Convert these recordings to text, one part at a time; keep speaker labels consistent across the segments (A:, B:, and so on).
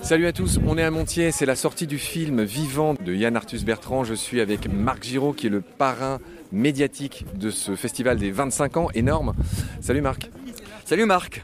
A: Salut à tous, on est à Montier, c'est la sortie du film Vivant de Yann Arthus Bertrand. Je suis avec Marc Giraud qui est le parrain médiatique de ce festival des 25 ans, énorme. Salut Marc.
B: Salut Marc.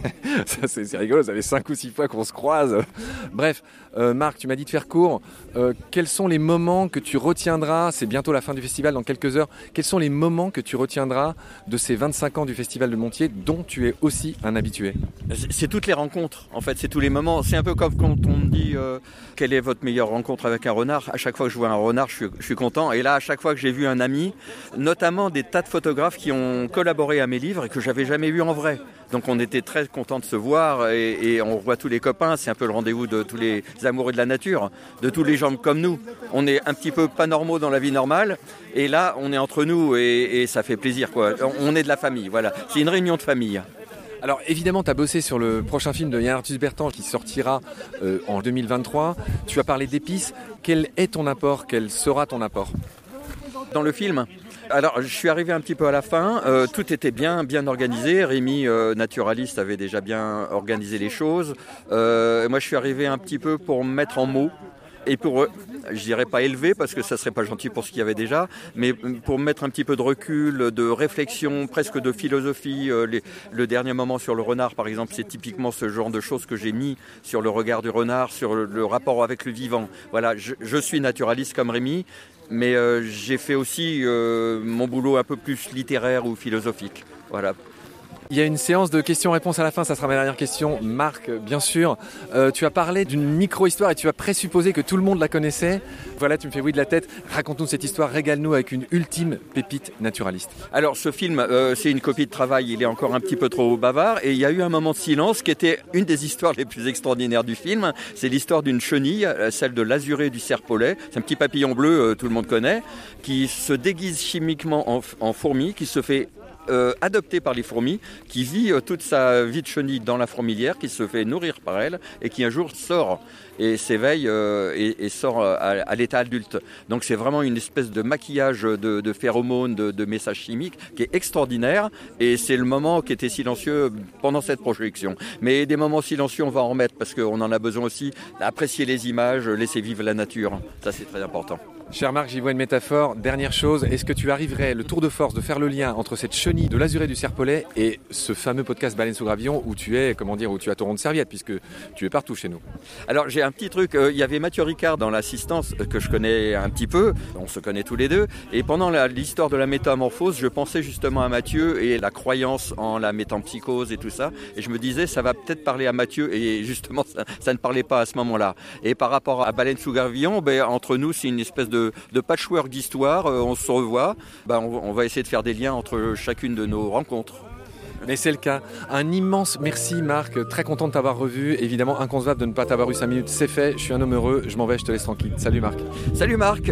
A: Ça, c'est rigolo, ça fait 5 ou 6 fois qu'on se croise. Bref, Marc, tu m'as dit de faire court. Quels sont les moments que tu retiendras, c'est bientôt la fin du festival, dans quelques heures, quels sont les moments que tu retiendras de ces 25 ans du festival de Montier dont tu es aussi un habitué?
B: C'est toutes les rencontres, en fait, c'est tous les moments. C'est un peu comme quand on me dit quelle est votre meilleure rencontre avec un renard. À chaque fois que je vois un renard, je suis content. Et là, à chaque fois que j'ai vu un ami, notamment des tas de photographes qui ont collaboré à mes livres et que j'avais jamais vu en vrai. Donc on était très contents de se voir et on revoit tous les copains. C'est un peu le rendez-vous de tous les amoureux de la nature, de tous les gens comme nous. On est un petit peu pas normaux dans la vie normale et là on est entre nous et ça fait plaisir, quoi. On est de la famille, voilà. C'est une réunion de famille.
A: Alors évidemment, tu as bossé sur le prochain film de Yann Arthus Bertrand qui sortira en 2023. Tu as parlé d'épices. Quel est ton apport? Quel sera ton apport?
B: Dans le film, alors je suis arrivé un petit peu à la fin, tout était bien organisé, Rémi, naturaliste, avait déjà bien organisé les choses. Moi je suis arrivé un petit peu pour mettre en mots et pour, je dirais pas élever parce que ça serait pas gentil pour ce qu'il y avait déjà, mais pour mettre un petit peu de recul, de réflexion, presque de philosophie. Le dernier moment sur le renard par exemple, c'est typiquement ce genre de choses que j'ai mis sur le regard du renard, sur le rapport avec le vivant. Voilà, je suis naturaliste comme Rémi, mais j'ai fait aussi mon boulot un peu plus littéraire ou philosophique. Voilà.
A: Il y a une séance de questions-réponses à la fin, ça sera ma dernière question. Marc, bien sûr, tu as parlé d'une micro-histoire et tu as présupposé que tout le monde la connaissait. Voilà, tu me fais oui de la tête. Raconte-nous cette histoire, régale-nous avec une ultime pépite naturaliste.
B: Alors ce film, c'est une copie de travail, il est encore un petit peu trop bavard et il y a eu un moment de silence qui était une des histoires les plus extraordinaires du film. C'est l'histoire d'une chenille, celle de l'azuré du serpolet. C'est un petit papillon bleu, tout le monde connaît, qui se déguise chimiquement en fourmi, qui se fait adopté par les fourmis, qui vit toute sa vie de chenille dans la fourmilière, qui se fait nourrir par elle et qui un jour sort et s'éveille et sort à l'état adulte. Donc c'est vraiment une espèce de maquillage de phéromones, de messages chimiques qui est extraordinaire et c'est le moment qui était silencieux pendant cette projection. Mais des moments silencieux, on va en remettre parce qu'on en a besoin aussi d'apprécier les images, laisser vivre la nature. Ça c'est très important.
A: Cher Marc, j'y vois une métaphore. Dernière chose, est-ce que tu arriverais, le tour de force, de faire le lien entre cette chenille de l'azuré du serpolet et ce fameux podcast Baleine sous gravillon où tu es, où tu as ton rond de serviette puisque tu es partout chez nous?
B: Alors j'ai un petit truc, il y avait Mathieu Ricard dans l'assistance que je connais un petit peu, on se connaît tous les deux, et pendant l'histoire de la métamorphose, je pensais justement à Mathieu et la croyance en la métampsychose et tout ça, et je me disais ça va peut-être parler à Mathieu, et justement ça ne parlait pas à ce moment-là. Et par rapport à Baleine sous gravillon, entre nous c'est une espèce de patchwork d'histoire, on se revoit, on va essayer de faire des liens entre chacune de nos rencontres.
A: Mais c'est le cas. Un immense merci Marc, très content de t'avoir revu. Évidemment inconcevable de ne pas t'avoir eu 5 minutes, c'est fait, je suis un homme heureux, je m'en vais, je te laisse tranquille. Salut Marc.
B: Salut Marc.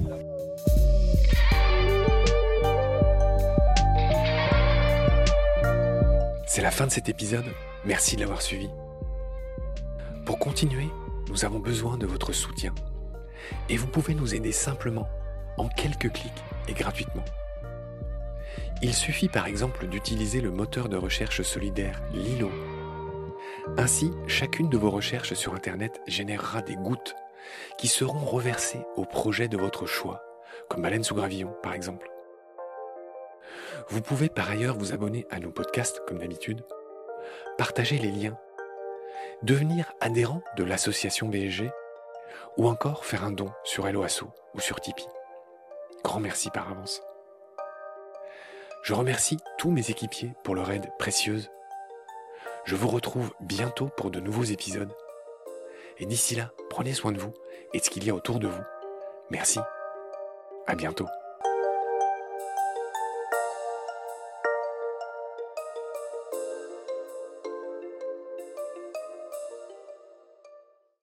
A: C'est la fin de cet épisode, merci de l'avoir suivi. Pour continuer, nous avons besoin de votre soutien. Et vous pouvez nous aider simplement, en quelques clics et gratuitement. Il suffit par exemple d'utiliser le moteur de recherche solidaire Lilo. Ainsi, chacune de vos recherches sur Internet générera des gouttes qui seront reversées au projet de votre choix, comme Baleine sous gravillon par exemple. Vous pouvez par ailleurs vous abonner à nos podcasts comme d'habitude, partager les liens, devenir adhérent de l'association BSG, ou encore faire un don sur Helloasso ou sur Tipeee. Grand merci par avance. Je remercie tous mes équipiers pour leur aide précieuse. Je vous retrouve bientôt pour de nouveaux épisodes. Et d'ici là, prenez soin de vous et de ce qu'il y a autour de vous. Merci. À bientôt.